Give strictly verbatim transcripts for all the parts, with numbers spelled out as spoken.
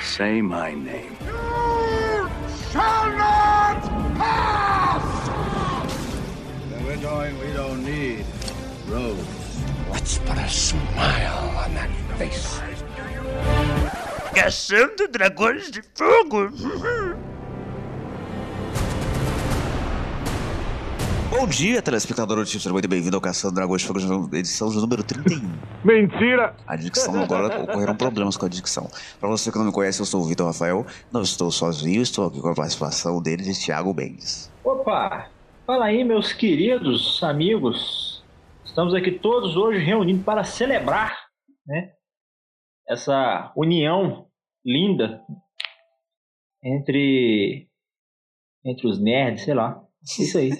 Say my name. You shall not pass! Where we're going, we don't need roads. Let's put a smile on that face. Caçando dragões de fogo. Bom dia, telespectador notícias, muito bem-vindo ao Caçando Dragões de Fogo, edição de número trinta e um. Mentira! A dicção agora ocorreram problemas com a dicção. Pra você que não me conhece, eu sou o Vitor Rafael, não estou sozinho, estou aqui com a participação dele de Thiago Mendes. Opa! Fala aí, meus queridos amigos. Estamos aqui todos hoje reunidos para celebrar, né, essa união linda entre, entre os nerds, sei lá. Isso aí.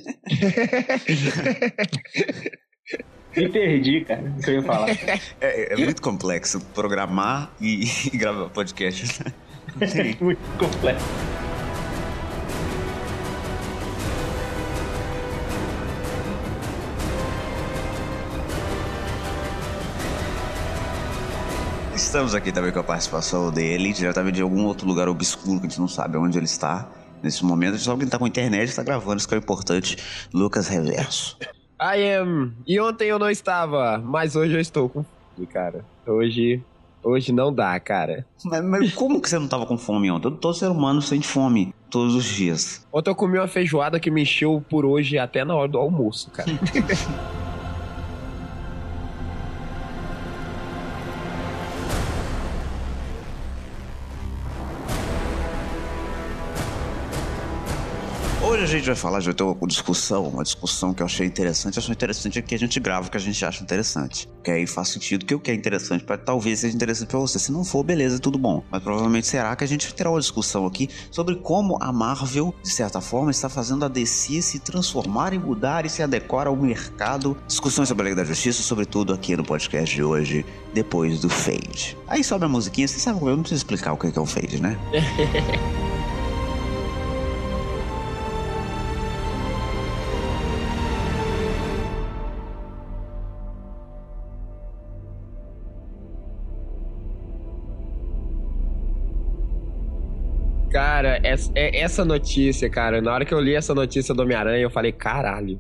Me perdi, cara, o que eu ia falar. É, é muito complexo programar e, e gravar podcast. É muito complexo. Estamos aqui também com a participação dele, diretamente de algum outro lugar obscuro que a gente não sabe onde ele está. Nesse momento, a gente sabe que ele está com a internet e está gravando, isso que é o importante. Lucas Reverso. I am. E ontem eu não estava, mas hoje eu estou com fome, cara. Hoje, hoje não dá, cara. Mas, mas como que você não estava com fome ontem? Todo ser humano sente fome todos os dias. Ontem eu comi uma feijoada que me encheu por hoje até na hora do almoço, cara. Hoje a gente vai falar de uma discussão, uma discussão que eu achei interessante. Eu achei interessante que a gente grava o que a gente acha interessante. Que aí faz sentido que o que é interessante para talvez seja interessante para você. Se não for, beleza, tudo bom. Mas provavelmente será que a gente terá uma discussão aqui sobre como a Marvel, de certa forma, está fazendo a D C se transformar e mudar e se adequar ao mercado. Discussões sobre a Liga da Justiça, sobretudo aqui no podcast de hoje, depois do Fade. Aí sobe a musiquinha, você sabe, eu não preciso explicar o que é o Fade, né? Cara, essa, essa notícia, cara, na hora que eu li essa notícia do Homem-Aranha, eu falei, caralho.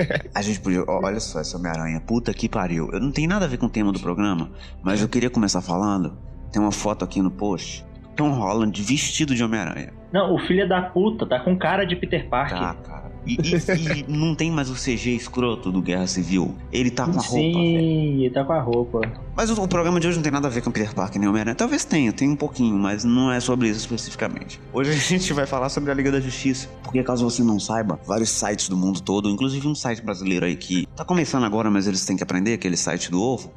A gente podia, ó, olha só, esse Homem-Aranha, puta que pariu. Eu não tem nada a ver com o tema do programa, mas eu queria começar falando. Tem uma foto aqui no post, Tom Holland vestido de Homem-Aranha. Não, o filho da puta tá com cara de Peter Parker. Tá, cara. E, e, e não tem mais o C G escroto do Guerra Civil. Ele tá com a roupa. Sim, ele tá com a roupa. Mas o, o programa de hoje não tem nada a ver com Peter Parker nem Homem-Aranha. Talvez tenha, tem um pouquinho, mas não é sobre isso especificamente. Hoje a gente vai falar sobre a Liga da Justiça. Porque caso você não saiba, vários sites do mundo todo, inclusive um site brasileiro aí que tá começando agora, mas eles têm que aprender, aquele site do ovo.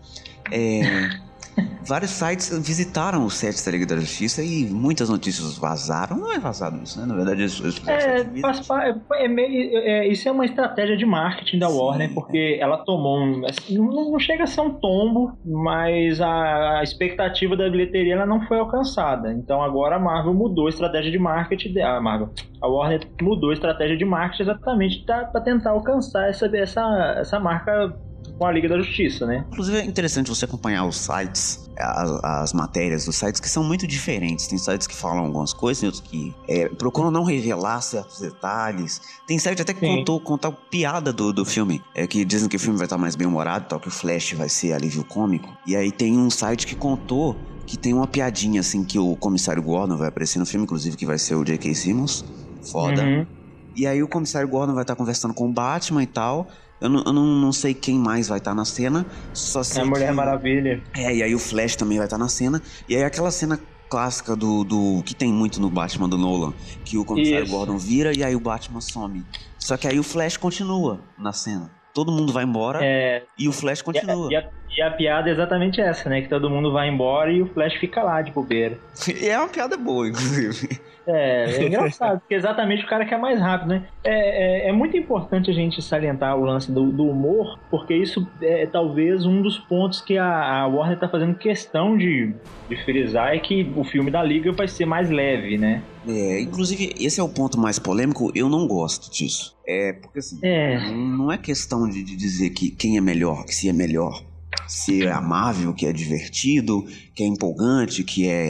É... Vários sites visitaram o set da Liga da Justiça e muitas notícias vazaram. Não é vazado isso, né? Na verdade, isso, isso é, faz, é, meio, é, isso é uma estratégia de marketing da Warner. Sim, porque ela tomou um... Não, não chega a ser um tombo, mas a, a expectativa da bilheteria ela não foi alcançada. Então agora a Marvel mudou a estratégia de marketing. A Marvel, a Warner mudou a estratégia de marketing exatamente para tentar alcançar essa, essa, essa marca com a Liga da Justiça, né? Inclusive é interessante você acompanhar os sites, as, as matérias dos sites, que são muito diferentes. Tem sites que falam algumas coisas, outros que é, procuram não revelar certos detalhes. Tem site até que Sim. contou, contou piada do, do filme, é, que dizem que o filme vai estar mais bem-humorado, tal, que o Flash vai ser alívio cômico. E aí tem um site que contou que tem uma piadinha, assim, que o Comissário Gordon vai aparecer no filme, inclusive que vai ser o J K. Simmons. Foda. Uhum. E aí o Comissário Gordon vai estar conversando com o Batman e tal. Eu não, eu não, não sei quem mais vai estar na cena. Só sei é a Mulher que... Maravilha. É, e aí o Flash também vai estar na cena. E aí aquela cena clássica do, do... que tem muito no Batman do Nolan. Que o Comissário Isso. Gordon vira e aí o Batman some. Só que aí o Flash continua na cena. Todo mundo vai embora é... e o Flash continua. E a, e, a, e a piada é exatamente essa, né? Que todo mundo vai embora e o Flash fica lá de bobeira. E é uma piada boa, inclusive. É, é engraçado, porque exatamente o cara que é mais rápido, né? É, é, é muito importante a gente salientar o lance do, do humor, porque isso é talvez um dos pontos que a, a Warner tá fazendo questão de, de frisar, é que o filme da Liga vai ser mais leve, né? É, inclusive, esse é o ponto mais polêmico, eu não gosto disso. É, porque assim, é. não é questão de, de dizer que quem é melhor, que se é melhor, se é amável, que é divertido, que é empolgante, que é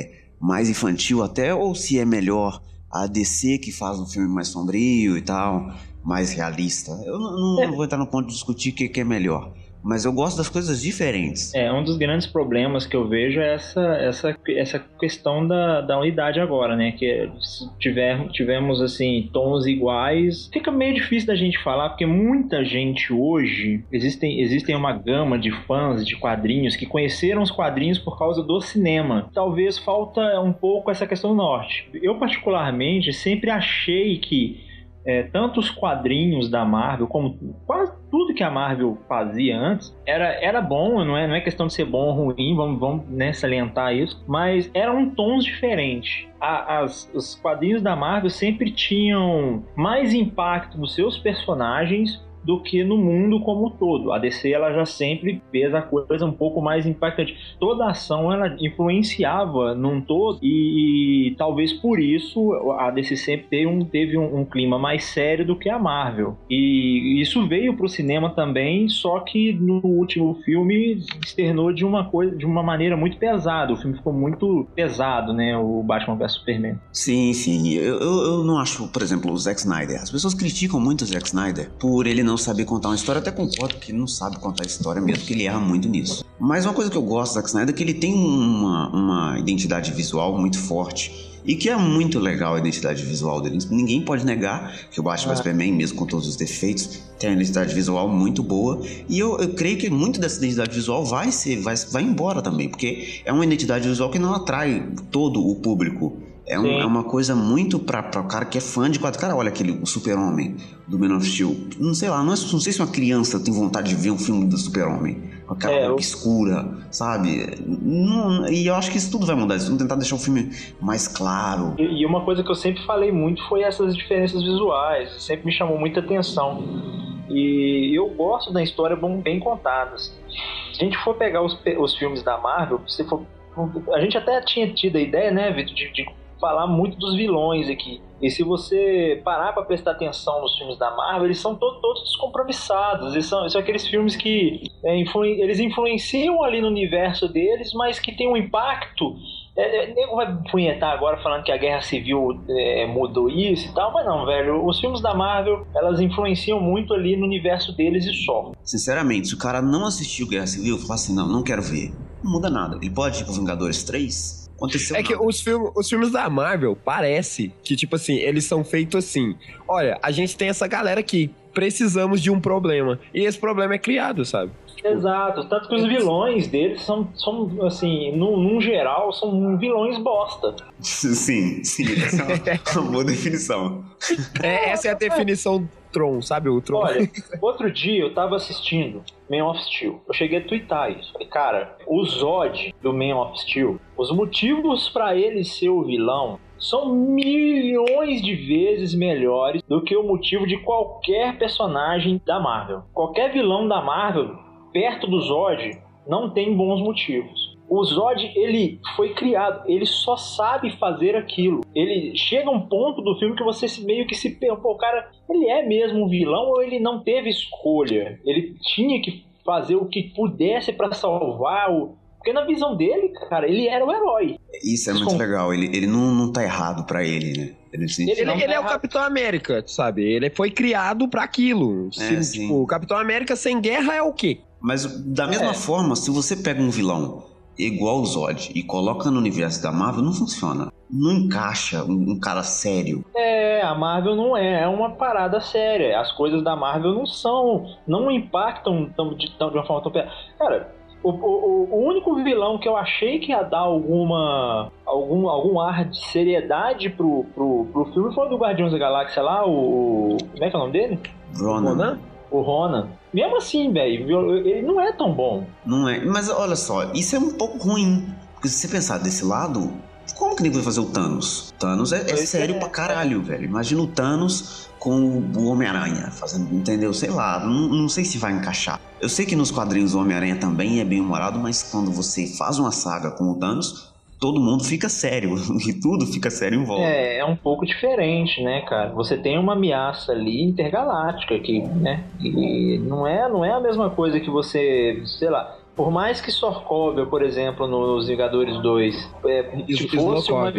mais infantil até, ou se é melhor a D C que faz um filme mais sombrio e tal, mais realista. Eu não, não é. vou entrar no ponto de discutir o que, que é melhor. Mas eu gosto das coisas diferentes. É, um dos grandes problemas que eu vejo é essa, essa, essa questão da, da unidade agora, né? Que se tiver, tivemos, assim, tons iguais, fica meio difícil da gente falar, porque muita gente hoje, existem, existem uma gama de fãs de quadrinhos que conheceram os quadrinhos por causa do cinema. Talvez falta um pouco essa questão do norte. Eu, particularmente, sempre achei que É, tanto os quadrinhos da Marvel, como quase tudo que a Marvel fazia antes, era, era bom, não é, não é questão de ser bom ou ruim, vamos, vamos né, salientar isso, mas eram tons diferentes. A, as, os quadrinhos da Marvel sempre tinham mais impacto nos seus personagens do que no mundo como um todo. A D C ela já sempre fez a coisa um pouco mais impactante. Toda a ação ela influenciava num todo e, e talvez por isso a D C sempre teve, um, teve um, um clima mais sério do que a Marvel. E isso veio pro cinema também, só que no último filme externou de uma coisa, de uma maneira muito pesada. O filme ficou muito pesado, né? O Batman versus Superman. Sim, sim. Eu, eu, eu não acho, por exemplo, o Zack Snyder. As pessoas criticam muito o Zack Snyder por ele não não saber contar uma história. Até concordo que ele não sabe contar a história mesmo, que ele erra muito nisso. Mas uma coisa que eu gosto do Zack Snyder é que ele tem uma, uma identidade visual muito forte e que é muito legal a identidade visual dele. Ninguém pode negar que o Batman vs ah. Superman, mesmo com todos os defeitos, tem uma identidade visual muito boa, e eu, eu creio que muito dessa identidade visual vai, ser, vai, vai embora também, porque é uma identidade visual que não atrai todo o público. É, um, é uma coisa muito pra, pra o cara que é fã de quadro. Cara, olha aquele o Super-Homem do Man of Steel. Não sei lá, não, é, não sei se uma criança tem vontade de ver um filme do Super-Homem com aquela é, roupa eu... escura, sabe? Não, e eu acho que isso tudo vai mudar. Eles vão tentar deixar o filme mais claro. E, e uma coisa que eu sempre falei muito foi essas diferenças visuais. Sempre me chamou muita atenção. E eu gosto da história bem contada. Se a gente for pegar os, os filmes da Marvel, se for, a gente até tinha tido a ideia, né, Vitor, de, de falar muito dos vilões aqui. E se você parar para prestar atenção nos filmes da Marvel, eles são to- todos descompromissados. Eles são, são aqueles filmes que é, influ- eles influenciam ali no universo deles, mas que tem um impacto. É, é, nego vai punhetar agora falando que a Guerra Civil é, mudou isso e tal, mas não, velho. Os filmes da Marvel, elas influenciam muito ali no universo deles e só. Sinceramente, se o cara não assistiu Guerra Civil, fala assim, não, não quero ver. Não muda nada. Ele pode ir pro Vingadores três... Aconteceu é que os, film, os filmes da Marvel, parece que, tipo assim, eles são feitos assim. Olha, a gente tem essa galera aqui, precisamos de um problema. E esse problema é criado, sabe? Tipo, exato, tanto que os vilões deles são, são assim, no, num geral, são vilões bosta. Sim, sim, essa é uma, uma boa definição. É, essa é a definição Tron, sabe o Tron? Olha, outro dia eu tava assistindo Man of Steel. Eu cheguei a twittar isso. Falei, cara, o Zod do Man of Steel, os motivos pra ele ser o vilão são milhões de vezes melhores do que o motivo de qualquer personagem da Marvel. Qualquer vilão da Marvel, perto do Zod, não tem bons motivos. O Zod, ele foi criado, ele só sabe fazer aquilo. Ele chega a um ponto do filme que você meio que se pergunta, pô, o cara, ele é mesmo um vilão ou ele não teve escolha? Ele tinha que fazer o que pudesse pra salvar o... Porque na visão dele, cara, ele era o herói. Isso é muito Com... legal, ele, ele não, não tá errado pra ele, né? Ele, ele, ele, tá ele é o Capitão América, sabe? Ele foi criado pra aquilo. É, se, tipo, o Capitão América sem guerra é o quê? Mas da mesma é. forma, se você pega um vilão igual o Zod e coloca no universo da Marvel, não funciona. Não encaixa um, um cara sério. É, a Marvel não é, é uma parada séria. As coisas da Marvel não são, não impactam tão, de, tão, de uma forma tão... Cara, o, o, o único vilão que eu achei que ia dar alguma, algum, algum ar de seriedade pro, pro, pro filme foi o do Guardiões da Galáxia lá, o... Como é que é o nome dele? Ronan. Ronan? O Ronan. Mesmo assim, velho, ele não é tão bom. Não é, mas olha só, isso é um pouco ruim. Porque se você pensar desse lado, como que nem vai fazer o Thanos? Thanos é, é sério é, pra caralho, é. velho. Imagina o Thanos com o Homem-Aranha fazendo, entendeu? Sei lá, não, não sei se vai encaixar. Eu sei que nos quadrinhos o Homem-Aranha também é bem humorado, mas quando você faz uma saga com o Thanos, todo mundo fica sério, e tudo fica sério em volta. É, é um pouco diferente, né, cara? Você tem uma ameaça ali intergaláctica, que, né? E não é, não é a mesma coisa que você, sei lá... Por mais que Sokovia, por exemplo, nos Vingadores dois, é, se fosse uma...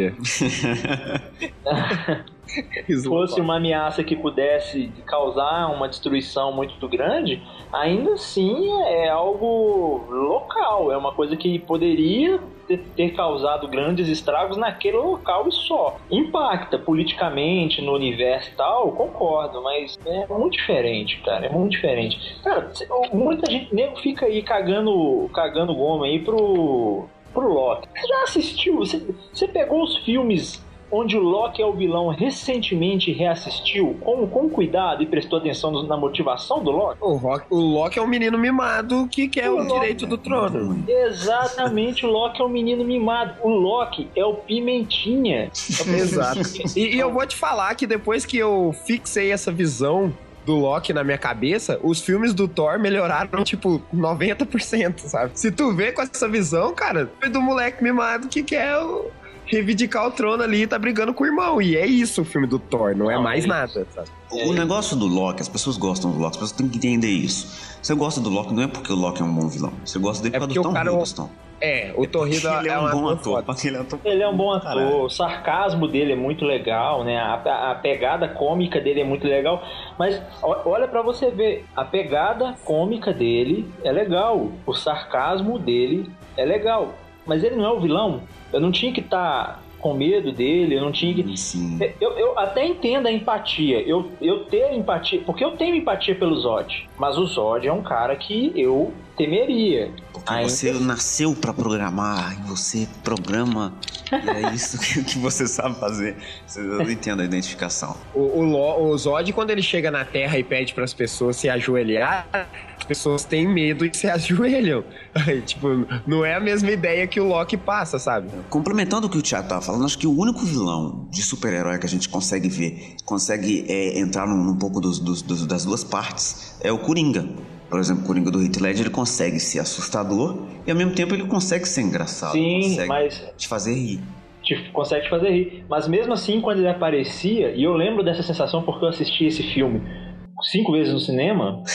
fosse uma ameaça que pudesse causar uma destruição muito grande, ainda assim é algo local, é uma coisa que poderia ter, ter causado grandes estragos naquele local e só. Impacta politicamente no universo e tal, concordo, mas é muito diferente, cara, é muito diferente. Cara, muita gente, nego fica aí cagando, cagando goma aí pro, pro Loki. Você já assistiu? Você, você pegou os filmes onde o Loki é o vilão, recentemente reassistiu com, com cuidado e prestou atenção na motivação do Loki? O, Rock, o Loki é um menino mimado que quer o, o direito do trono. Exatamente, o Loki é um menino mimado. O Loki é o Pimentinha. Exato. E, e eu vou te falar que depois que eu fixei essa visão do Loki na minha cabeça, os filmes do Thor melhoraram, tipo, noventa por cento, sabe? Se tu vê com essa visão, cara, é do moleque mimado que quer o... reivindicar o trono ali e tá brigando com o irmão. E é isso o filme do Thor, não, não é mais é nada, sabe? O negócio do Loki, as pessoas gostam do Loki, as pessoas têm que entender isso. Você gosta do Loki não é porque o Loki é um bom vilão. Você gosta dele é por causa do Tom Hiddleston. É, o Tom Hiddleston ele é um, é um bom ator. Ele é um, ele é um bom ator. Caralho. O sarcasmo dele é muito legal, né? A, a pegada cômica dele é muito legal. Mas olha pra você ver, a pegada cômica dele é legal. O sarcasmo dele é legal. Mas ele não é o vilão. Eu não tinha que estar tá com medo dele, eu não tinha que... Sim. Eu, eu até entendo a empatia, eu, eu ter empatia, porque eu tenho empatia pelo Zod, mas o Zod é um cara que eu temeria. Porque Ainda... você nasceu pra programar, e você programa, e é isso que, que você sabe fazer. Eu não entendo a identificação. O, o, o Zod, quando ele chega na Terra e pede pras pessoas se ajoelhar, as pessoas têm medo e se ajoelham. Tipo, não é a mesma ideia que o Loki passa, sabe? Complementando o que o Thiago tava falando, acho que o único vilão de super-herói que a gente consegue ver, consegue é, entrar num, num pouco dos, dos, dos, das duas partes, é o Coringa. Por exemplo, o Coringa do Heath Ledger, ele consegue ser assustador e ao mesmo tempo ele consegue ser engraçado. Sim, consegue mas... te fazer rir. Te, consegue te fazer rir. Mas mesmo assim, quando ele aparecia, e eu lembro dessa sensação porque eu assisti esse filme cinco vezes no cinema,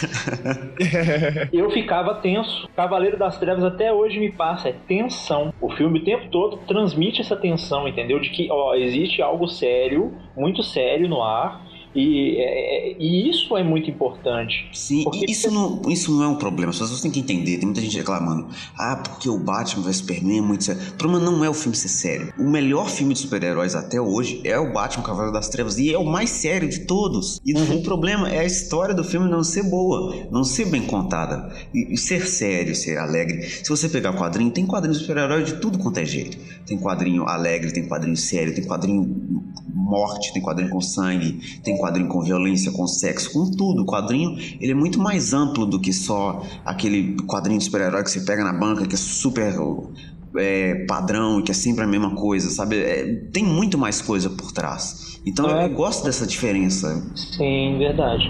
eu ficava tenso. Cavaleiro das Trevas até hoje me passa, é tensão. O filme o tempo todo transmite essa tensão, entendeu? De que, ó, existe algo sério, muito sério no ar. E, é, e isso é muito importante. Sim, porque isso, não, isso não é um problema. As pessoas têm que entender. Tem muita gente reclamando. Ah, porque o Batman vai Superman é muito sério. O problema não é o filme ser sério. O melhor filme de super-heróis até hoje é o Batman Cavaleiro das Trevas. E é o mais sério de todos. E uhum. o problema é a história do filme não ser boa, não ser bem contada. E, e ser sério, ser alegre. Se você pegar quadrinho, tem quadrinho de super-herói de tudo quanto é jeito. Tem quadrinho alegre, tem quadrinho sério, tem quadrinho morte, tem quadrinho com sangue, tem quadrinho com violência, com sexo, com tudo. O quadrinho, ele é muito mais amplo do que só aquele quadrinho de super-herói que você pega na banca, que é super é, padrão e que é sempre a mesma coisa, sabe? É, tem muito mais coisa por trás. Então é. eu gosto dessa diferença. Sim, verdade.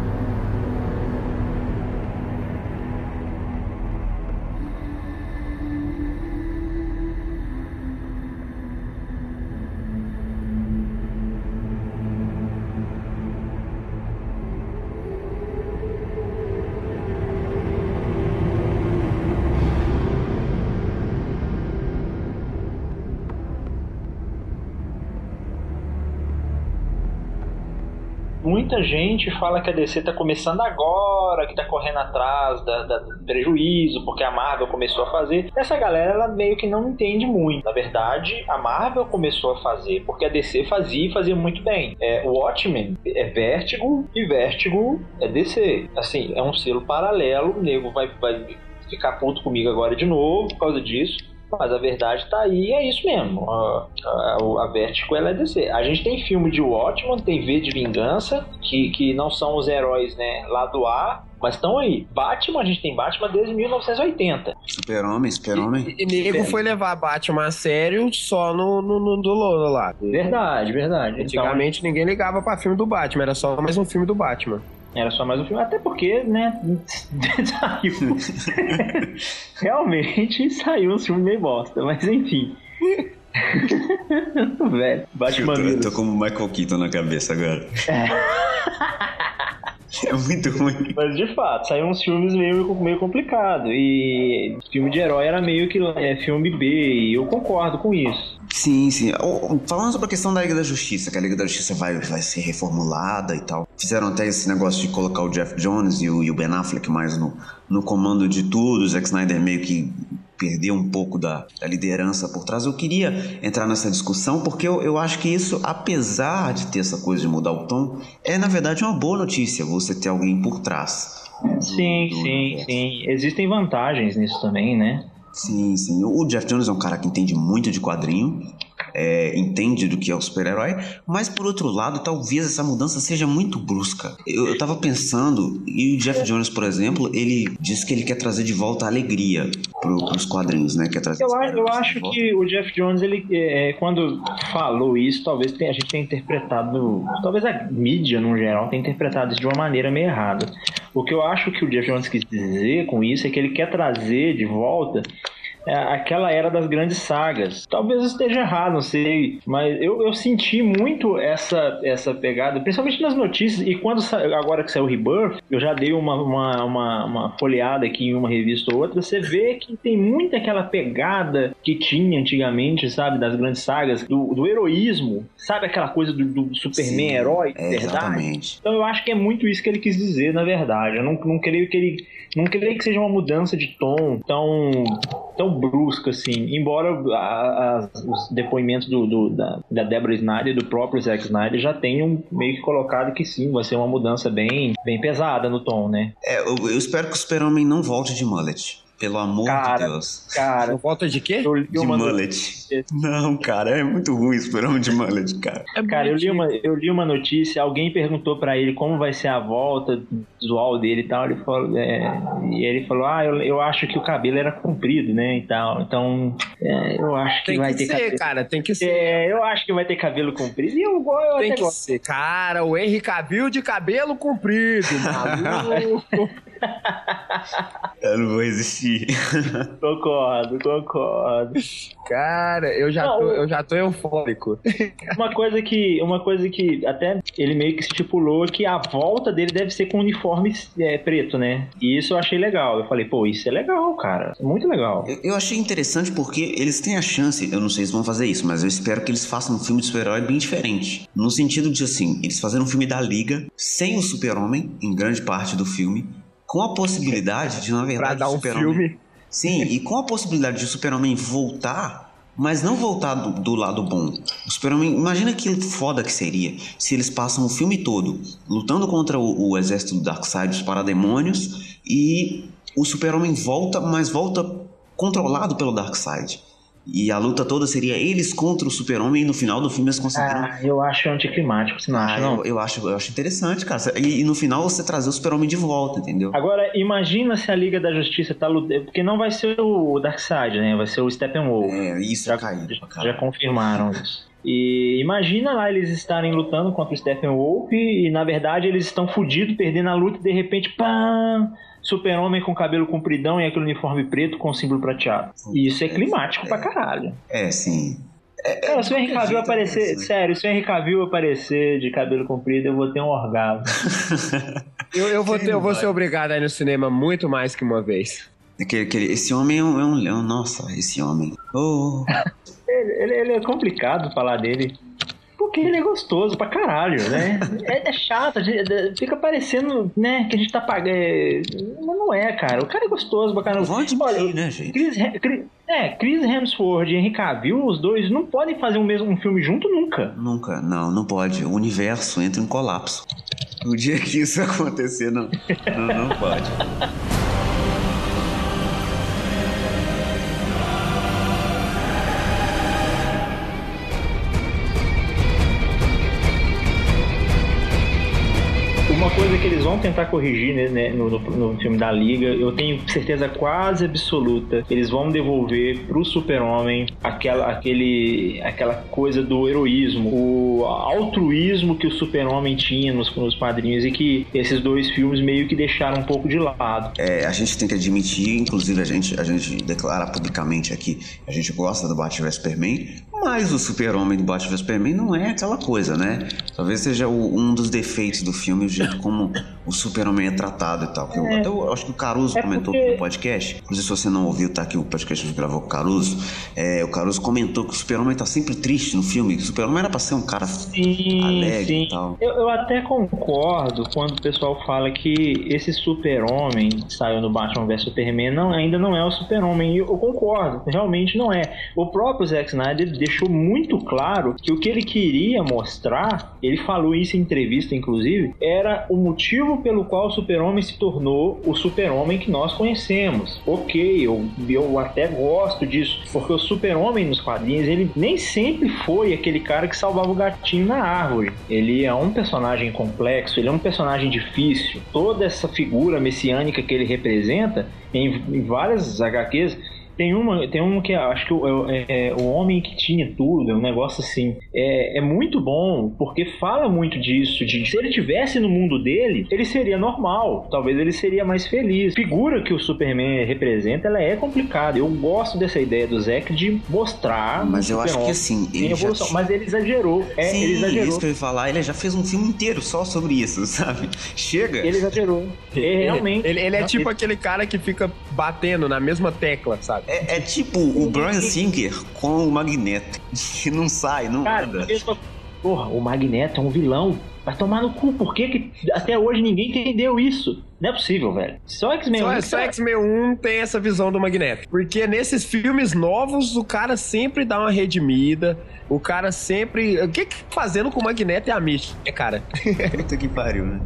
Muita gente fala que a D C tá começando agora, que tá correndo atrás da, da, do prejuízo, porque a Marvel começou a fazer. Essa galera, ela meio que não entende muito. Na verdade, a Marvel começou a fazer, porque a D C fazia e fazia muito bem. É, o Watchmen é Vertigo e Vertigo é D C. Assim, é um selo paralelo, o nego vai, vai ficar puto comigo agora de novo por causa disso. Mas a verdade tá aí, é isso mesmo. A, a, a Vertigo, ela é D C. A gente tem filme de Watchmen, tem V de Vingança, que, que não são os heróis, né, lá do ar, mas estão aí. Batman, a gente tem Batman desde mil novecentos e oitenta. Super-Homem, Super-Homem. E, e nego foi levar Batman a sério só no, no, no do Lola lá. Verdade, verdade. Antigamente então, ninguém ligava pra filme do Batman, era só mais um filme do Batman. Era só mais um filme, até porque, né, saiu... Realmente saiu um filme meio bosta, mas enfim. Velho, Batman. Eu tô, eu tô como o Michael Keaton na cabeça agora. É. É muito ruim. Mas de fato, saíram uns filmes meio, meio complicados. E filme de herói era meio que é, filme B, e eu concordo com isso. Sim, sim. Falando sobre a questão da Liga da Justiça, que a Liga da Justiça vai, vai ser reformulada e tal. Fizeram até esse negócio de colocar o Jeff Jones e o, e o Ben Affleck mais no, no comando de tudo. O Zack Snyder meio que perdeu um pouco da, da liderança por trás. Eu queria entrar nessa discussão porque eu, eu acho que isso, apesar de ter essa coisa de mudar o tom, é na verdade uma boa notícia você ter alguém por trás. Sim, do, do sim, universo. Sim. Existem vantagens nisso também, né? Sim, sim. O Jeff Jones é um cara que entende muito de quadrinho, é, entende do que é o super-herói, mas por outro lado, talvez essa mudança seja muito brusca. Eu, eu tava pensando, e o Jeff Jones, por exemplo, ele diz que ele quer trazer de volta a alegria pro, pros quadrinhos, né? Quer trazer eu acho, eu acho que o Jeff Jones, ele, é, quando falou isso, talvez tenha, a gente tenha interpretado, talvez a mídia, no geral, tenha interpretado isso de uma maneira meio errada. O que eu acho que o Jeff Jones quis dizer com isso é que ele quer trazer de volta aquela era das grandes sagas. Talvez eu esteja errado, não sei, mas eu, eu senti muito essa, essa pegada, principalmente nas notícias, e quando agora que saiu o Rebirth, eu já dei uma, uma, uma, uma folheada aqui em uma revista ou outra, você vê que tem muito aquela pegada que tinha antigamente, sabe, das grandes sagas, do, do heroísmo, sabe, aquela coisa do, do Superman Sim, herói, é, verdade? Exatamente. Então eu acho que é muito isso que ele quis dizer, na verdade. Eu não, não creio que ele não creio que seja uma mudança de tom tão, tão brusca assim, embora a, a, os depoimentos do, do, da, da Deborah Snyder e do próprio Zack Snyder já tenham meio que colocado que sim, vai ser uma mudança bem, bem pesada no tom, né? É, eu, eu espero que o Super-Homem não volte de mullet. Pelo amor cara, de Deus. Cara, volta de quê? De mullet. Não, cara, é muito ruim esse Super-Homem de mullet, cara. É cara, eu li, uma, eu li uma notícia, alguém perguntou pra ele como vai ser a volta visual dele e tal, ele falou, é, e ele falou, ah, eu, eu acho que o cabelo era comprido, né, e tal, então é, eu acho que tem vai que ter ser, cabelo. Cara, tem que ser. É, eu acho que vai ter cabelo comprido, e eu, eu tem até que gosto. ser, cara, o Henry Cavill de cabelo comprido, maluco. Eu não vou resistir. Concordo, concordo. Cara, eu já, não, tô, eu já tô eufórico. Uma coisa que, uma coisa que até ele meio que estipulou que a volta dele deve ser com uniforme é, preto, né? E isso eu achei legal. Eu falei, pô, isso é legal, cara. É muito legal. Eu, eu achei interessante porque eles têm a chance, eu não sei se vão fazer isso, mas eu espero que eles façam um filme de super-herói bem diferente. No sentido de, assim, eles fazerem um filme da Liga sem o Super-Homem, em grande parte do filme, com a possibilidade de, na verdade, pra dar um filme. Sim, e com a possibilidade de o Super-Homem voltar, mas não voltar do, do lado bom. O Super-Homem, imagina que foda que seria se eles passam o filme todo lutando contra o, o exército do Darkseid, os parademônios, e o Super-Homem volta, mas volta controlado pelo Darkseid. E a luta toda seria eles contra o Super-Homem e no final do filme eles conseguiram... Ah, eu acho anticlimático, você não ah, acha, não? Eu, eu, acho, eu acho interessante, cara. E, e no final você trazer o Super-Homem de volta, entendeu? Agora, imagina se a Liga da Justiça tá lutando... Porque não vai ser o Darkseid, né? Vai ser o Steppenwolf. É, isso já, caiu, já, já confirmaram isso. E imagina lá eles estarem lutando contra o Steppenwolf e, na verdade, eles estão fodidos, perdendo a luta e, de repente, pam... Super-Homem com cabelo compridão e aquele uniforme preto com símbolo prateado. E isso é climático é, pra caralho. É, sim. É, Cara, se o Henry Cavill aparecer... Sério, se o Henry Cavill aparecer de cabelo comprido, eu vou ter um orgasmo. eu, eu, vou ter, eu vou ser obrigado a ir no cinema muito mais que uma vez. Aquele, aquele, esse homem é um, é um leão. Nossa, esse homem. Oh. ele, ele, ele é complicado falar dele. Porque ele é gostoso pra caralho, né? É, é chato, fica parecendo, né, que a gente tá pagando. Mas não é, cara. O cara é gostoso pra caralho. Vão admitir, né, gente? Chris, Chris, é, Chris Hemsworth e Henry Cavill, os dois não podem fazer um mesmo um filme junto nunca. Nunca, não, não pode. O universo entra em colapso. No dia que isso acontecer, não, não, não pode. Uma coisa que eles vão tentar corrigir, né, no, no, no filme da Liga, eu tenho certeza quase absoluta, eles vão devolver pro Super-Homem aquela, aquele, aquela coisa do heroísmo, o altruísmo que o Super-Homem tinha nos, nos quadrinhos e que esses dois filmes meio que deixaram um pouco de lado. É, a gente tem que admitir, inclusive a gente, a gente declara publicamente aqui, a gente gosta do Batman versus Superman, Mas o Super-Homem do Batman vs Superman não é aquela coisa, né? Talvez seja o, um dos defeitos do filme, o jeito como o Super-Homem é tratado e tal. Que eu, É. até eu acho que o Caruso É comentou porque- no podcast. Inclusive, se você não ouviu, tá aqui o podcast que a gente gravou com o Caruso. É, o Caruso comentou que o Super-Homem tá sempre triste no filme. Que o Super-Homem era pra ser um cara Sim, alegre sim. e tal. Eu, eu até concordo quando o pessoal fala que esse Super-Homem que saiu no Batman vs Superman não, ainda não é o Super-Homem. E eu concordo, realmente não é. O próprio Zack Snyder deixou muito claro que o que ele queria mostrar, ele falou isso em entrevista, inclusive, era o motivo pelo qual o Super-Homem se tornou o Super-Homem que nós conhecemos. Ok, eu, eu até gosto disso, porque o Super-Homem nos quadrinhos, ele nem sempre foi aquele cara que salvava o gatinho na árvore. Ele é um personagem complexo, ele é um personagem difícil. Toda essa figura messiânica que ele representa em, em várias agá quês. Tem uma, tem uma que acho que o, é, é, o Homem que Tinha Tudo, é um negócio assim. É, é muito bom, porque fala muito disso. De, se ele tivesse no mundo dele, ele seria normal. Talvez ele seria mais feliz. A figura que o Superman representa, ela é complicada. Eu gosto dessa ideia do Zack de mostrar. Mas eu acho que assim, ele ele já... evolução. Mas ele exagerou. É, Sim, ele exagerou. isso que eu ia falar, ele já fez um filme inteiro só sobre isso, sabe? Chega. Ele exagerou. Ele, realmente. Ele, ele é tipo ele... aquele cara que fica batendo na mesma tecla, sabe? É, é tipo o Bryan Singer com o Magneto, que não sai, não Cara, anda. eu... porra, o Magneto é um vilão. Vai tomar no cu. Por que, que até hoje ninguém entendeu isso? Não é possível, velho. Só X-Men Só, um. só X-Men um tem essa visão do Magneto. Porque nesses filmes novos, o cara sempre dá uma redimida. O cara sempre... O que que fazendo com o Magneto é a mística, cara? Puta que pariu, né?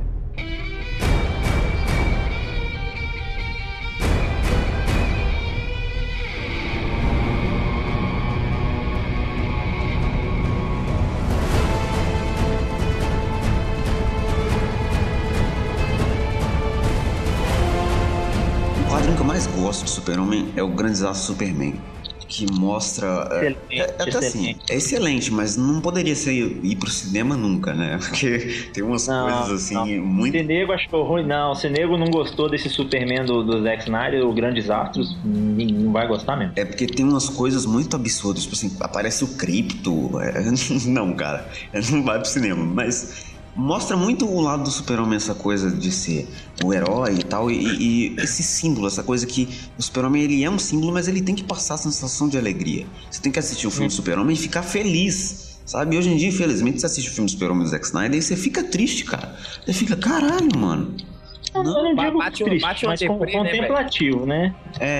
O quadrinho que eu mais gosto de Super-Homem é o Grande Desastre Superman, que mostra... é, Excelente, é, até assim, excelente. é excelente, mas não poderia ser ir pro cinema nunca, né? Porque tem umas Não, coisas assim, não. muito... Se nego achou ruim, não. Se nego não gostou desse Superman do, do Zack Snyder, o Grandes Astros, não vai gostar mesmo. É porque tem umas coisas muito absurdas, tipo assim, aparece o Krypto. É... Não, cara, não vai pro cinema, mas mostra muito o lado do Super-Homem, essa coisa de ser o herói e tal, e, e esse símbolo, essa coisa que o Super-Homem, ele é um símbolo, mas ele tem que passar a sensação de alegria. Você tem que assistir o filme do Super-Homem e ficar feliz, sabe? Hoje em dia, infelizmente, você assiste o filme do Super-Homem do Zack Snyder e você fica triste, cara. Você fica, caralho, mano. Eu não digo bate um- triste, bate um mas deprê, né, contemplativo, né? É...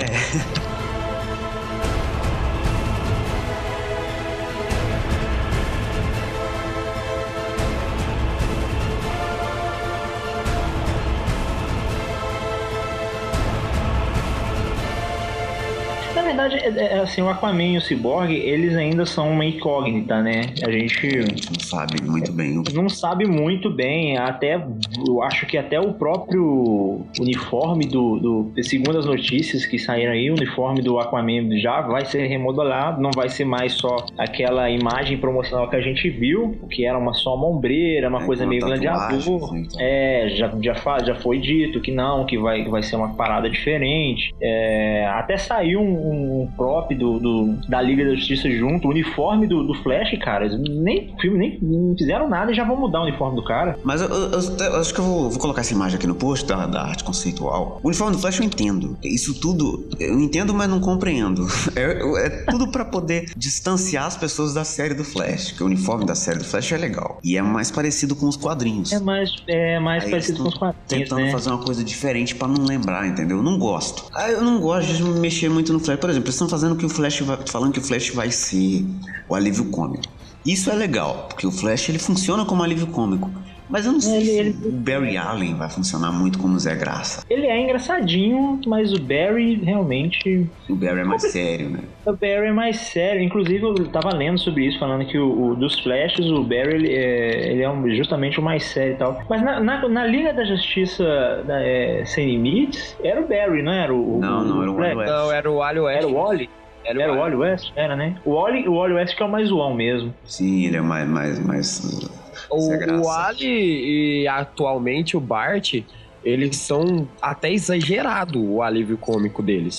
Na verdade, é, é, assim, o Aquaman e o Cyborg, eles ainda são uma incógnita, né? A gente A gente não sabe muito bem o que... não sabe muito bem, até eu acho que até o próprio uniforme do, do segundo as notícias que saíram aí, o uniforme do Aquaman já vai ser remodelado, não vai ser mais só aquela imagem promocional que a gente viu, que era uma só uma ombreira, uma É, coisa com meio tatuagem, gladiador. assim, então. É, já, já, fa- já foi dito que não, que vai, que vai ser uma parada diferente. É, até saiu um, um prop do, do, da Liga da Justiça junto, o uniforme do, do Flash, cara, eles nem filme nem não fizeram nada e já vão mudar o uniforme do cara. Mas eu, eu- eu- eu acho que eu vou, vou colocar essa imagem aqui no post da, da arte conceitual. O uniforme do Flash eu entendo. Isso tudo eu entendo, mas não compreendo. É, é tudo pra poder distanciar as pessoas da série do Flash. Que o uniforme da série do Flash é legal. E é mais parecido com os quadrinhos. É mais, é mais Aí parecido com eles os tão quadrinhos, tentando né? fazer uma coisa diferente pra não lembrar, entendeu? Eu não gosto. Ah, eu não gosto de mexer muito no Flash. Por exemplo, eles estão fazendo que o Flash vai, falando que o Flash vai ser o alívio cômico. Isso é legal, porque o Flash ele funciona como alívio cômico. Mas eu não sei Ele- se ele- o Barry Allen vai funcionar muito como Zé Graça. Ele é engraçadinho, mas o Barry realmente... O Barry é mais sério, né? O Barry é mais sério. Inclusive, eu tava lendo sobre isso, falando que o, o dos Flashes, o Barry, ele é, ele é um- justamente o mais sério e tal. Mas na, na, na Liga da Justiça da, é, Sem Limites, era o Barry, não era? O, Não, não, era o Flash? Wally West. Não, era o Wally West. Era o Wally? Era o Era o Wally. Wally West? Era, né? O Wally, o Wally West que é o mais zoão mesmo. Sim, ele é mais... mais, mais O, Zé Graça. o Wally e atualmente o Bart, eles são até exagerado o alívio cômico deles.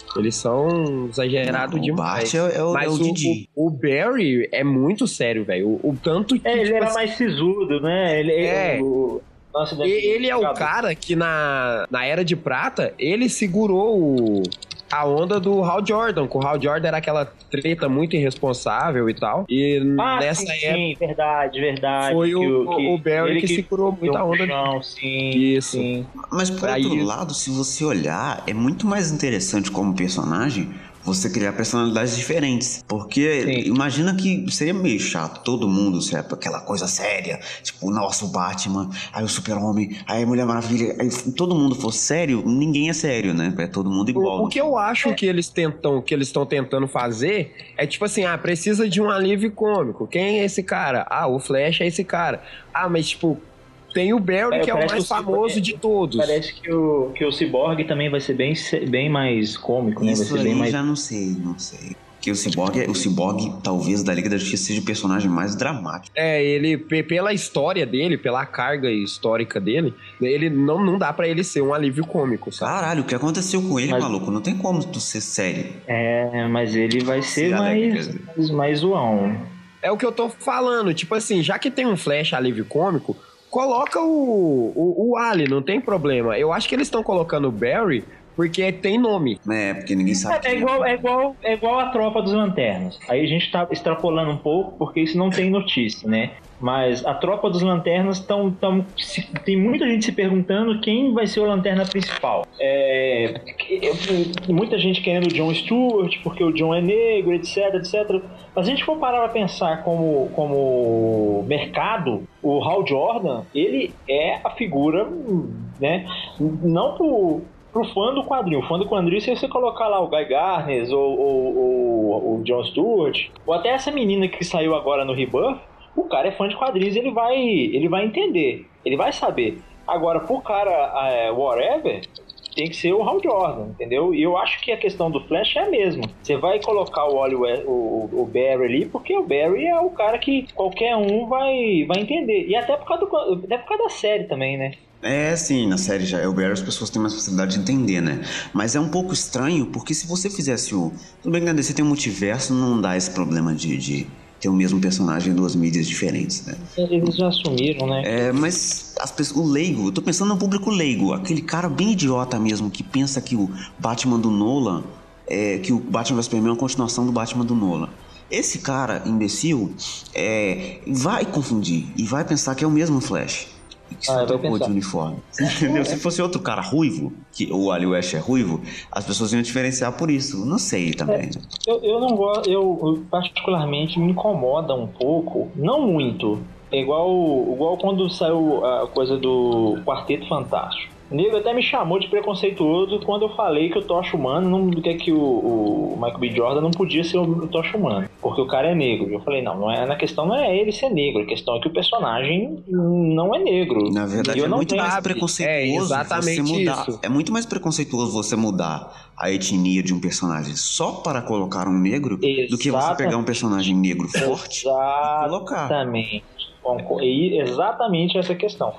Eles são exagerados Não, demais. O Bart é, é o, Mas é o Didi. O, o Barry é muito sério, velho. O, o tanto que... É, ele tipo era assim, mais sisudo, né? Ele, É. o, nossa, E- Ele é o cara que na, na Era de Prata, ele segurou o, a onda do Hal Jordan, que o Hal Jordan era aquela treta muito irresponsável e tal. E Ah, nessa sim, época sim, verdade, verdade. foi que o, que o Barry ele que, segurou muito a onda. Chão, sim, Isso. sim. Mas por Aí- outro lado, se você olhar, é muito mais interessante como personagem você criar personalidades diferentes. Porque Sim. imagina que seria meio chato, todo mundo, certo? Aquela coisa séria, tipo, o nosso Batman, aí o Super-Homem, aí a Mulher Maravilha, aí todo mundo fosse sério, ninguém é sério, né? É todo mundo igual. O, o que eu acho que eles tentam, que eles estão tentando fazer é tipo assim, ah, precisa de um alívio cômico. Quem é esse cara? Ah, o Flash é esse cara. Ah, mas tipo, tem o Barry, É, que é o parece mais que o famoso Cyborg- de todos. Parece que o, que o Cyborg também vai ser bem, bem mais cômico, né? Vai Isso ser bem aí mais... já não sei, não sei. Que o Cyborg, o Cyborg, talvez, da Liga da Justiça seja o personagem mais dramático. É, ele, pe- pela história dele, pela carga histórica dele, ele não, não dá pra ele ser um alívio cômico, sabe? Caralho, o que aconteceu com ele, Mas- maluco? Não tem como tu ser sério. É, mas ele vai ser Se alegre, mais, quer dizer. mais, mais zoão. É o que eu tô falando, tipo assim, já que tem um Flash alívio cômico, coloca o, o, o Ali, não tem problema. Eu acho que eles estão colocando o Barry porque tem nome. É, porque ninguém sabe. É, é quem igual, é, igual, é igual a Tropa dos Lanternas. Aí a gente tá extrapolando um pouco, porque isso não tem notícia, né? Mas a Tropa dos Lanternas estão... Tão, se- tem muita gente se perguntando quem vai ser o Lanterna principal. É, eu- muita gente querendo o Jon Stewart, porque o Jon é negro, etc, etcétera. Mas se a gente for parar pra pensar como, como mercado, o Hal Jordan, ele é a figura, né? Não pro... Pro fã do quadrinho. O fã do quadrinho, se você colocar lá o Guy Garner ou, ou, ou o Jon Stewart, ou até essa menina que saiu agora no Rebirth, o cara é fã de quadrinhos, ele vai, ele vai entender, ele vai saber. Agora, pro cara é, whatever, tem que ser o Hal Jordan, entendeu? E eu acho que a questão do Flash é a mesma. Você vai colocar o, Wally West, o, o Barry ali, porque o Barry é o cara que qualquer um vai, vai entender. E até por causa, do, até por causa da série também, né? É, sim, na série já é o Barry, as pessoas têm mais facilidade de entender, né? Mas é um pouco estranho, porque se você fizesse o... Tudo bem que na D C tem um multiverso, não dá esse problema de, de ter o mesmo personagem em duas mídias diferentes, né? Eles já assumiram, né? É, mas as pessoas, o leigo, eu tô pensando no público leigo, aquele cara bem idiota mesmo, que pensa que o Batman do Nolan, é, que o Batman vs Superman é uma continuação do Batman do Nolan. Esse cara, imbecil, é, vai confundir e vai pensar que é o mesmo Flash. Que só Ah, vai trocou de pensar. uniforme. Entendeu? Se fosse outro cara ruivo, que o Wally West é ruivo, as pessoas iam diferenciar por isso. Não sei também. né? Eu, eu não gosto, eu, eu particularmente me incomoda um pouco, não muito. É igual, igual quando saiu a coisa do Quarteto Fantástico. O nego até me chamou de preconceituoso quando eu falei que o Tocha Humano, não, que, que o, o Michael B. Jordan não podia ser o Tocha Humano, porque o cara é negro. Eu falei, não, não é, na questão não é ele ser negro, a questão é que o personagem não é negro. Na verdade, E eu é não muito tenho- mais preconceituoso É exatamente você mudar. isso. É muito mais preconceituoso você mudar a etnia de um personagem só para colocar um negro do que você Exata- pegar um personagem negro forte e colocar. Exatamente. Concor- e exatamente essa questão.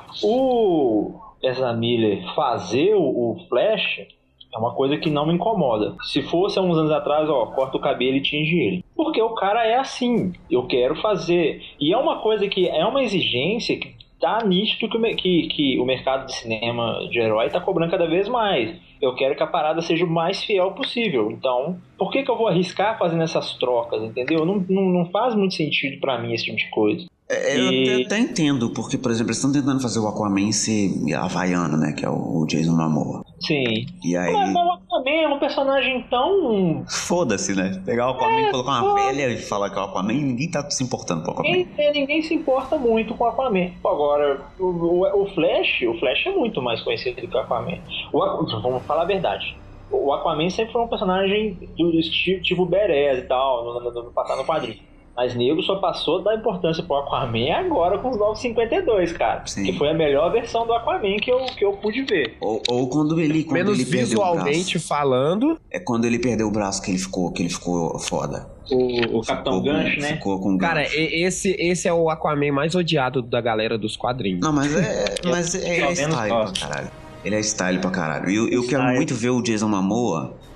O Ezra Miller fazer o, o Flash é uma coisa que não me incomoda. Se fosse há uns anos atrás, ó, corta o cabelo e tinge ele. Porque o cara é assim. Eu quero fazer. E é uma coisa que é uma exigência que tá nítido que, o me- que, que o mercado de cinema de herói tá cobrando cada vez mais. Eu quero que a parada seja o mais fiel possível. Então, por que que eu vou arriscar fazendo essas trocas, entendeu? Não, não, não faz muito sentido pra mim esse tipo de coisa. É, eu E- até, até entendo, porque, por exemplo, eles estão tentando fazer o Aquaman ser havaiano, né? Que é o, o Jason Momoa. Sim. E aí... Mas o Aquaman é um personagem tão... Foda-se, né? Pegar o Aquaman e colocar uma velha e falar que é o Aquaman, ninguém tá se importando com o Aquaman. Ninguém, ninguém se importa muito com o Aquaman. Agora, o, o, o Flash, o Flash é muito mais conhecido do que o Aquaman. O, Aqu- vamos falar a verdade. O Aquaman sempre foi um personagem do tipo, tipo badass e tal, no, no, no, passado no quadrinho. Mas nego só passou a dar importância pro Aquaman agora com os novos cinquenta e dois, cara. Sim. Que foi a melhor versão do Aquaman que eu, que eu pude ver. Ou, ou quando ele, quando Menos ele perdeu o visualmente braço. falando. É quando ele perdeu o braço que ele ficou, que ele ficou foda. O, o Capitão Ficou com- Gancho, né? Ficou com Cara, gancho. e- esse, esse é o Aquaman mais odiado da galera dos quadrinhos. Não, mas é, mas é, Eu é menos style pra gosto. caralho. Ele é style pra caralho. E eu, eu quero Style. muito ver o Jason Momoa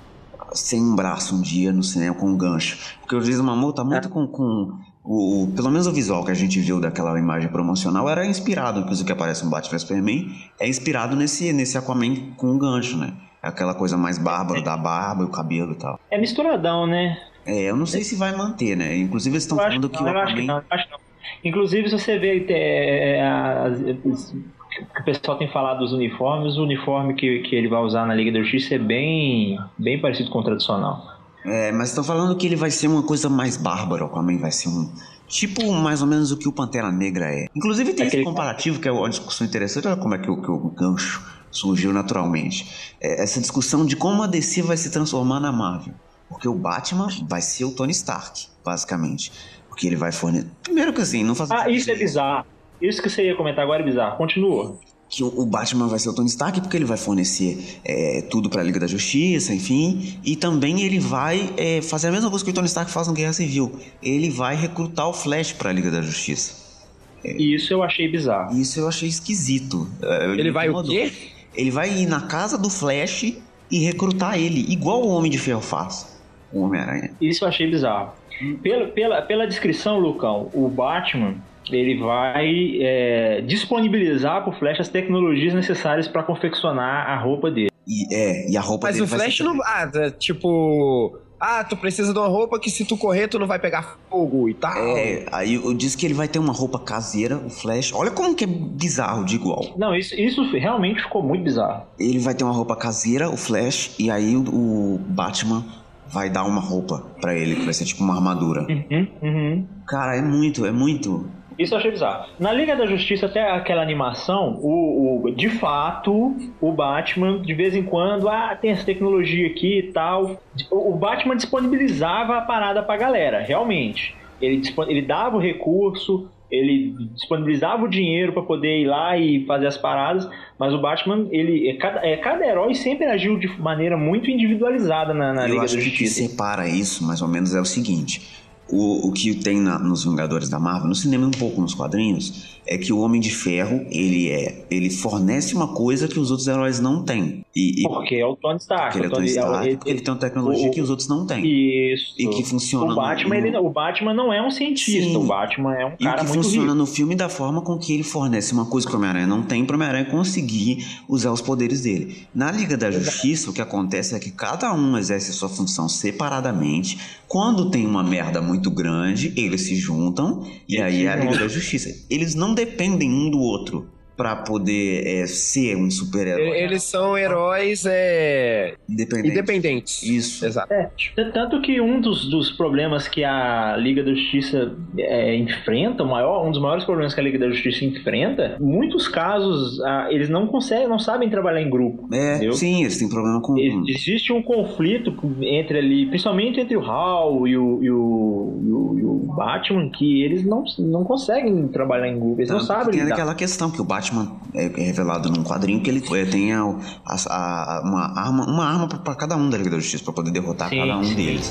sem um braço um dia no cinema com um gancho. Porque o Jason Momoa tá muito com... com o, o, pelo menos o visual que a gente viu daquela imagem promocional era inspirado, inclusive que aparece no Batman Superman, é inspirado nesse, nesse Aquaman com um gancho, né? Aquela coisa mais bárbara da barba e o cabelo e tal. É misturadão, né? É, eu não sei se vai manter, né? Inclusive eles estão falando que não, o eu Aquaman... acho que não, eu acho que não. Inclusive, se você vê é, as, as, o pessoal tem falado dos uniformes, o uniforme que, que ele vai usar na Liga da Justiça é bem, bem parecido com o tradicional. É, mas estão falando que ele vai ser uma coisa mais bárbara, o Aquaman vai ser um... Tipo, mais ou menos o que o Pantera Negra é. Inclusive tem Aquele... esse comparativo, que é uma discussão interessante, olha como é que o, que o gancho surgiu naturalmente. É, essa discussão de como a D C vai se transformar na Marvel. Porque o Batman vai ser o Tony Stark, basicamente. Porque ele vai fornecer... Primeiro que assim, não faz... Ah, isso é bizarro. Isso que você ia comentar agora é bizarro. Continua. Que o, o Batman vai ser o Tony Stark porque ele vai fornecer é, tudo pra Liga da Justiça, enfim. E também ele vai é, fazer a mesma coisa que o Tony Stark faz no Guerra Civil. Ele vai recrutar o Flash pra Liga da Justiça. É, isso eu achei bizarro. Isso eu achei esquisito. Ele, ele vai o quê? Ele vai ir na casa do Flash e recrutar ele, igual o Homem de Ferro faz. O Homem-Aranha. Isso eu achei bizarro. Pela, pela, pela descrição, Lucão, o Batman ele vai é, disponibilizar para o Flash as tecnologias necessárias para confeccionar a roupa dele. E, é, e a roupa Mas dele o Flash não... Ah, tipo... Ah, tu precisa de uma roupa que se tu correr tu não vai pegar fogo e tal. É, aí eu disse que ele vai ter uma roupa caseira, o Flash. Olha como que é bizarro de igual. Não, isso, isso realmente ficou muito bizarro. Ele vai ter uma roupa caseira, o Flash, e aí o, o Batman... vai dar uma roupa pra ele, que vai ser tipo uma armadura. Uhum, uhum. Cara, é muito, é muito... Isso eu achei bizarro. Na Liga da Justiça, até aquela animação, o, o, de fato, o Batman, de vez em quando, ah, tem essa tecnologia aqui e tal. O, o Batman disponibilizava a parada pra galera, realmente. Ele, ele dava o recurso, ele disponibilizava o dinheiro pra poder ir lá e fazer as paradas, mas o Batman, ele, cada, é, cada herói sempre agiu de maneira muito individualizada na, na Liga da Justiça. Eu acho que o que separa isso, mais ou menos, é o seguinte... O, o que tem na, nos Vingadores da Marvel, no cinema e um pouco nos quadrinhos, é que o Homem de Ferro, ele é, ele fornece uma coisa que os outros heróis não têm. E, e, porque é o Tony Stark. Porque ele é o Tony Stark, ele, porque ele tem uma tecnologia o, que os outros não têm. Isso. E que funciona... O Batman, no... ele, o Batman não é um cientista, Sim. o Batman é um cara muito rico. E que funciona no filme da forma com que ele fornece uma coisa que o Homem-Aranha não tem, para o Homem-Aranha conseguir usar os poderes dele. Na Liga da Justiça, o que acontece é que cada um exerce sua função separadamente. Quando tem uma merda muito grande, eles se juntam e aí é a Liga da Justiça. Eles não dependem um do outro pra poder é, ser um super-herói. Eles são heróis é... independentes. independentes. Isso. Exato. É, tanto que um dos, dos problemas que a Liga da Justiça é, enfrenta, o maior, um dos maiores problemas que a Liga da Justiça enfrenta, em muitos casos, a, eles não conseguem, não sabem trabalhar em grupo. É, entendeu? Sim, eles têm problema com... Existe um conflito entre ali, principalmente entre o Hal e o, e o, e o, e o Batman, que eles não, não conseguem trabalhar em grupo, eles Tanto não sabem tem lidar. aquela questão que o Batman é revelado num quadrinho que ele tem a, a, a, uma arma, uma arma para cada um da Liga da Justiça, para poder derrotar sim, cada um sim. deles.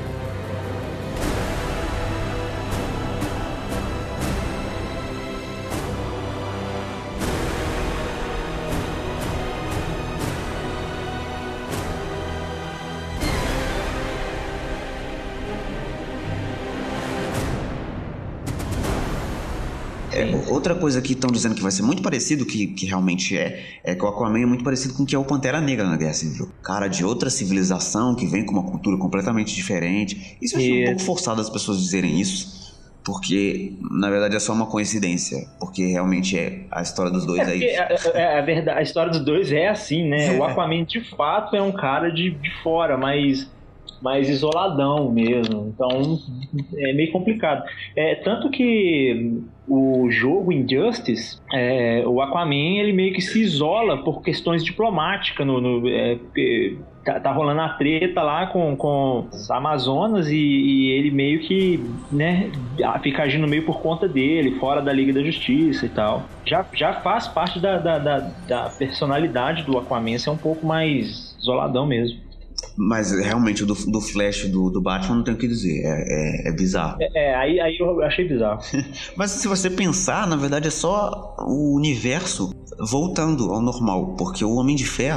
É, outra coisa que estão dizendo que vai ser muito parecido, que, que realmente é, é que o Aquaman é muito parecido com o que é o Pantera Negra na Guerra Civil. Cara de outra civilização, que vem com uma cultura completamente diferente. Isso eu acho um pouco forçado as pessoas dizerem isso, porque na verdade é só uma coincidência, porque realmente é a história dos dois é, é isso. É, é, a, verdade, a história dos dois é assim, né? É. O Aquaman de fato é um cara de, de fora, mas... mais isoladão mesmo, então é meio complicado. É, tanto que o jogo Injustice, é, o Aquaman ele meio que se isola por questões diplomáticas, no, no, é, tá, tá rolando a treta lá com, com as Amazonas e, e ele meio que, né, fica agindo meio por conta dele, fora da Liga da Justiça e tal. Já, já faz parte da, da, da, da personalidade do Aquaman ser um pouco mais isoladão mesmo. Mas realmente o do, do Flash do, do Batman não tem o que dizer, é, é, é bizarro. É, é aí, aí eu achei bizarro. Mas se você pensar, na verdade é só o universo voltando ao normal, porque o Homem de Ferro,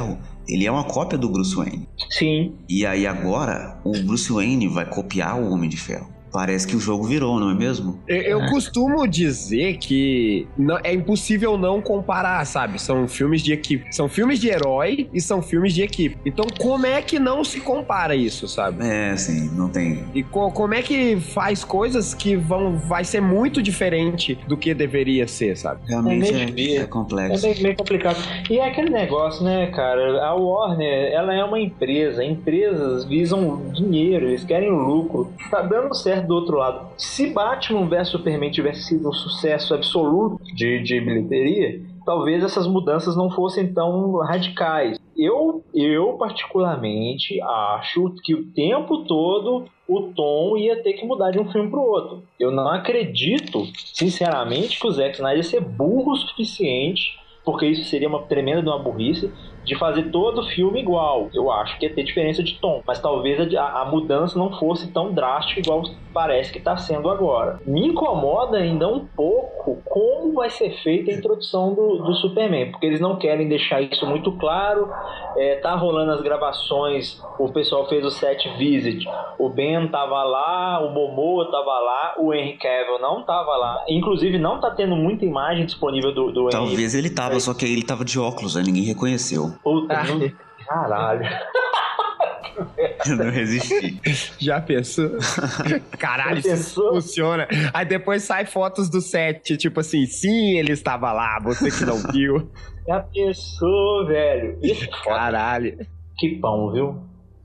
ele é uma cópia do Bruce Wayne. Sim. E aí agora, o Bruce Wayne vai copiar o Homem de Ferro. Parece que o jogo virou, não é mesmo? Eu, eu costumo dizer que não, é impossível não comparar, sabe? São filmes de equipe. São filmes de herói e são filmes de equipe. Então, como é que não se compara isso, sabe? É, sim, não tem. E co- como é que faz coisas que vão, vai ser muito diferente do que deveria ser, sabe? Realmente É é, meio- é complexo. É bem, bem complicado. E é aquele negócio, né, cara? A Warner, ela é uma empresa. Empresas visam dinheiro, eles querem o lucro. Tá dando certo do outro lado. Se Batman versus Superman tivesse sido um sucesso absoluto de, de bilheteria, talvez essas mudanças não fossem tão radicais. Eu, eu, particularmente, acho que o tempo todo o tom ia ter que mudar de um filme pro outro. Eu não acredito, sinceramente, que o Zack Snyder ia ser burro o suficiente, porque isso seria uma tremenda de uma burrice, de fazer todo o filme igual. Eu acho que ia ter diferença de tom, mas talvez a, a mudança não fosse tão drástica igual parece que está sendo agora. Me incomoda ainda um pouco como vai ser feita a introdução do, do Superman, porque eles não querem deixar isso muito claro. É, tá rolando as gravações, o pessoal fez o set visit, o Ben tava lá, o Momoa tava lá, o Henry Cavill não tava lá, inclusive não tá tendo muita imagem disponível do, do Henry. Talvez ele tava, só que aí ele tava de óculos, aí ninguém reconheceu. Puta, Ah. não- caralho. Eu não resisti. Já pensou? Caralho, Já isso pensou? funciona. Aí depois sai fotos do set, tipo assim, sim, ele estava lá, você que não viu. Já pensou, velho? Isso é foda. Caralho. Que pão, viu?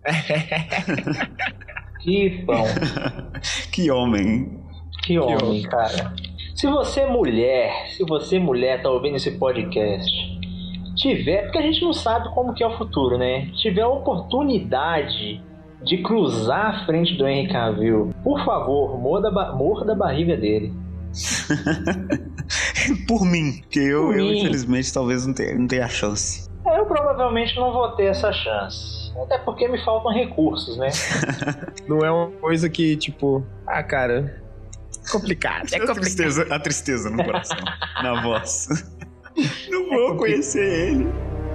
Que pão. Que homem, hein? Que homem, cara. Se você mulher, se você mulher tá ouvindo esse podcast, tiver, porque a gente não sabe como que é o futuro, né? Tiver a oportunidade de cruzar a frente do Henry Cavill, por favor, morda, a ba- morda a barriga dele. Por mim, porque eu, Por eu mim. infelizmente, talvez não tenha, não tenha a chance. Eu provavelmente não vou ter essa chance. Até porque me faltam recursos, né? Não é uma coisa que, tipo, ah, cara, complicado. É a complicado. tristeza, a tristeza no coração, na voz. Não vou conhecer ele.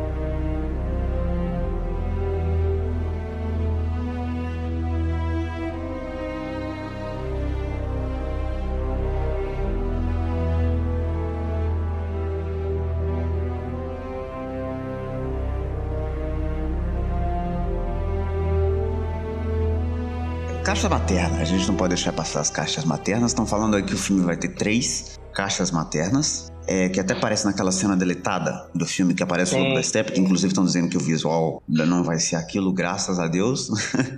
Caixa materna, a gente não pode deixar passar as caixas maternas. Estão falando aqui que o filme vai ter três caixas maternas, é, que até aparece naquela cena deletada do filme que aparece o Sim. logo da Steppe, que inclusive estão dizendo que o visual não vai ser aquilo, graças a Deus.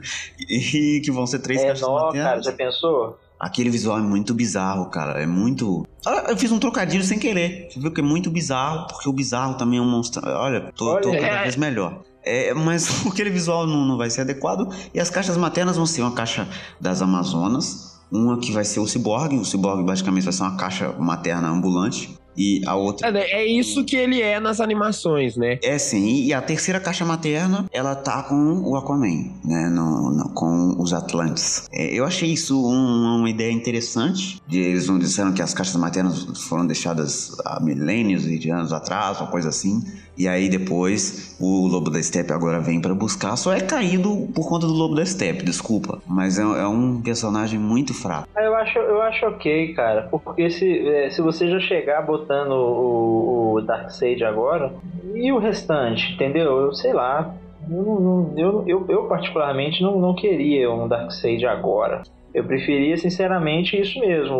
E que vão ser três É, caixas nó, maternas. cara, já pensou? Aquele visual é muito bizarro, cara. É muito. Ah, eu fiz um trocadilho sem querer. Você viu que é muito bizarro, porque o bizarro também é um monstro. Olha, tô, tô Olha, cada é. vez melhor. É, mas aquele visual não, não vai ser adequado. E as caixas maternas vão ser uma caixa das Amazonas, uma que vai ser o Cyborg. O Cyborg basicamente vai ser uma caixa materna ambulante. E a outra. É, é isso que ele é nas animações, né? É sim, e a terceira caixa materna, ela tá com o Aquaman, né, no, no- com os Atlantes. É, eu achei isso um- uma ideia interessante, de, eles não disseram que as caixas maternas foram deixadas há milênios e de anos atrás, uma coisa assim, e aí depois o Lobo da Steppe agora vem pra buscar, só é caído por conta do Lobo da Steppe, desculpa, mas é, é um personagem muito fraco. Ah, Eu acho, eu acho ok, cara, porque se, é, se você já chegar botando o, o Darkseid agora, e o restante, entendeu? Eu sei lá, eu, não- eu, eu, eu particularmente não, não queria um Darkseid agora. Eu preferia, sinceramente, isso mesmo,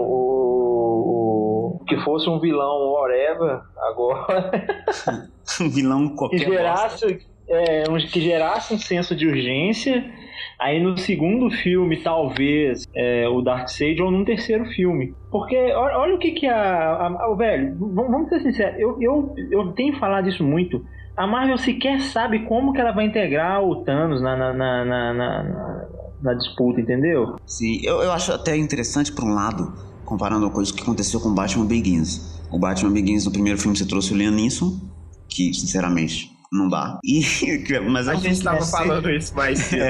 o, o que fosse um vilão whatever agora, Um vilão que qualquer bosta. gerasse, é, um, que gerasse um senso de urgência. Aí no segundo filme, talvez, é, o Darkseid, ou num terceiro filme. Porque olha, olha o que que a... a, a- velho, vamos, vamos ser sinceros, eu, eu, eu tenho falado isso muito. A Marvel sequer sabe como que ela vai integrar o Thanos na, na, na, na, na, na disputa, entendeu? Sim, eu, eu acho até interessante por um lado, comparando com isso que aconteceu com Batman Begins. O Batman Begins no primeiro filme você trouxe o Liam Neeson, que sinceramente não dá. E, mas A eu- gente tava você- falando isso mais cedo. É.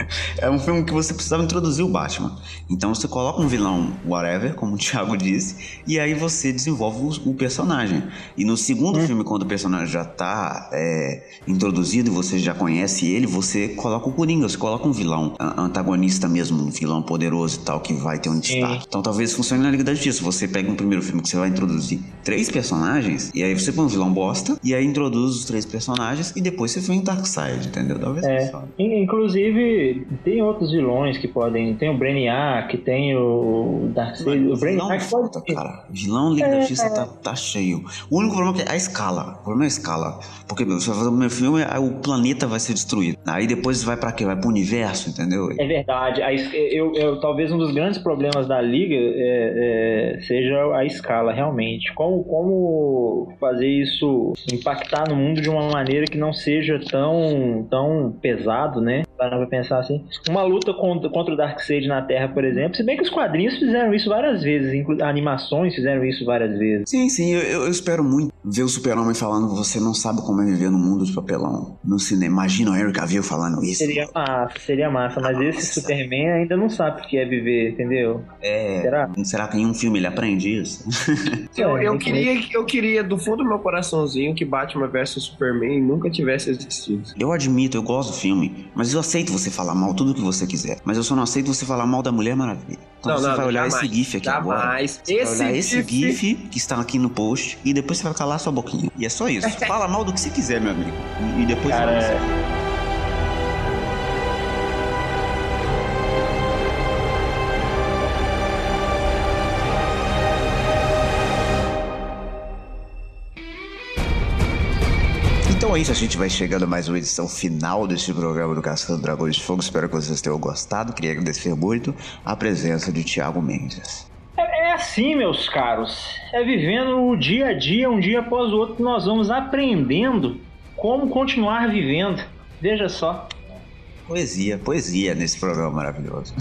É um filme que você precisava introduzir o Batman. Então você coloca um vilão whatever, como o Thiago disse, e aí você desenvolve o, o personagem. E no segundo hum. filme, quando o personagem já tá é, introduzido e você já conhece ele, você coloca o Coringa, você coloca um vilão antagonista mesmo, um vilão poderoso e tal, que vai ter um destaque. Sim. Então talvez funcione na Liga da Justiça. Você pega um primeiro filme que você vai introduzir três personagens, e aí você põe um vilão bosta, e aí introduz os três personagens, e depois você vem em Darkseid, entendeu? Talvez é. Inclusive, tem outros vilões que podem. Tem o Brainiac, tem o Darkseid. O Brainiac pode. Falta, cara. Vilão Liga é, da Justiça é. tá, tá cheio. O único problema é, que é a escala. O problema é a escala. Porque você vai fazer o primeiro filme, o planeta vai ser destruído. Aí depois vai pra quê? Vai pro universo, entendeu? É verdade. A, eu, eu, talvez um dos grandes problemas da Liga é, é, seja a escala, realmente. Como, como fazer isso impactar no mundo de uma maneira que não seja tão, tão pesado, né? Para pra pensar assim. Uma luta contra, contra o Darkseid na Terra, por exemplo, se bem que os quadrinhos fizeram isso várias vezes, inclu- animações fizeram isso várias vezes. Sim, sim, eu, eu espero muito ver o Super-Homem falando que você não sabe como é viver no mundo de papelão no cinema. Imagina o Henry Cavill falando isso. Seria massa, seria massa, mas Nossa. esse Superman ainda não sabe o que é viver, entendeu? É, será? Será que em um filme ele aprende isso? eu, eu, queria, eu queria, do fundo do meu coraçãozinho, que Batman versus Superman nunca tivesse existido. Eu admito, eu gosto do filme, mas eu aceito você falar mal tudo o que você quiser, mas eu só não aceito você falar mal da Mulher Maravilha. Então não, você não, vai olhar jamais, esse gif aqui jamais. agora. Você esse vai olhar esse gif... gif que está aqui no post e depois você vai calar sua boquinha. E é só isso. Fala mal do que você quiser, meu amigo. E, e depois Cara, você... Então é isso, a gente vai chegando a mais uma edição final deste programa do Caçando Dragões de Fogo. Espero que vocês tenham gostado. Queria agradecer muito a presença de Thiago Mendes. É, é assim, meus caros. É vivendo o dia a dia, um dia após o outro, que nós vamos aprendendo como continuar vivendo. Veja só. Poesia, poesia nesse programa maravilhoso.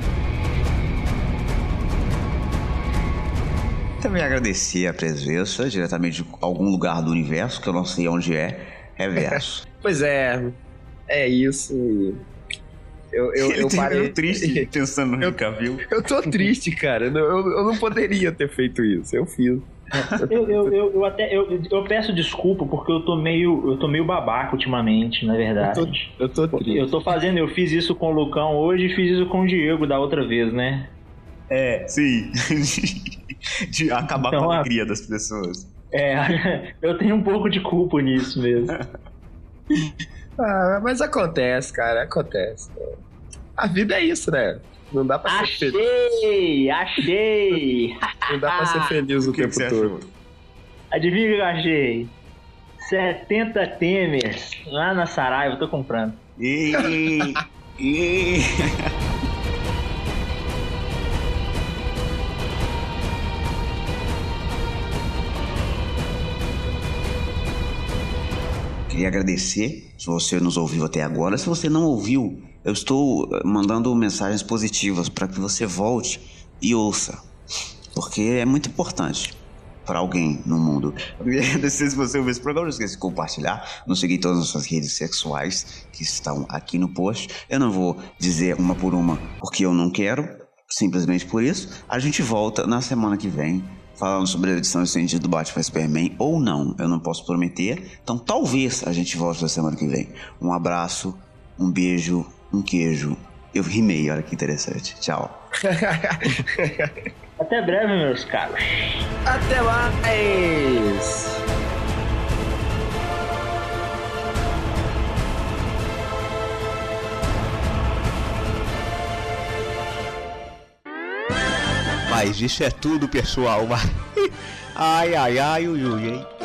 Também agradecer a presença diretamente de algum lugar do universo, que eu não sei onde é, Reverso. Pois é, é isso. Eu, eu, Ele eu parei triste pensando no eu, Cavill. Eu tô triste, cara. Eu, eu não poderia ter feito isso. Eu fiz. Eu, eu, eu, eu até eu, eu peço desculpa porque eu tô meio eu tô meio babaca ultimamente, na verdade. Eu tô, eu tô triste. Eu tô fazendo, eu fiz isso com o Lucão hoje e fiz isso com o Diego da outra vez, né? É, sim. De acabar então, com a alegria das pessoas. É, eu tenho um pouco de culpa nisso mesmo. Ah, mas acontece, cara, acontece. A vida é isso, né? Não dá pra achei, ser feliz. Achei! Achei! Não dá pra ser feliz o, o tempo que todo. Adivinha o que eu achei? setenta Temers lá na Saraiva, eu tô comprando. E, e... Queria agradecer se você nos ouviu até agora. Se você não ouviu, eu estou mandando mensagens positivas para que você volte e ouça, porque é muito importante para alguém no mundo. Eu queria agradecer se você ouviu esse programa. Não esqueça de compartilhar, nos seguir em todas as nossas redes sexuais que estão aqui no post. Eu não vou dizer uma por uma porque eu não quero, simplesmente por isso. A gente volta na semana que vem falando sobre a edição estendida do Batman Superman, ou não, eu não posso prometer. Então talvez a gente volte na semana que vem. Um abraço, um beijo, um queijo. Eu rimei, olha que interessante. Tchau. Até breve, meus caros. Até mais! Mas isso é tudo, pessoal. Ai, ai, ai, ui, ui, hein?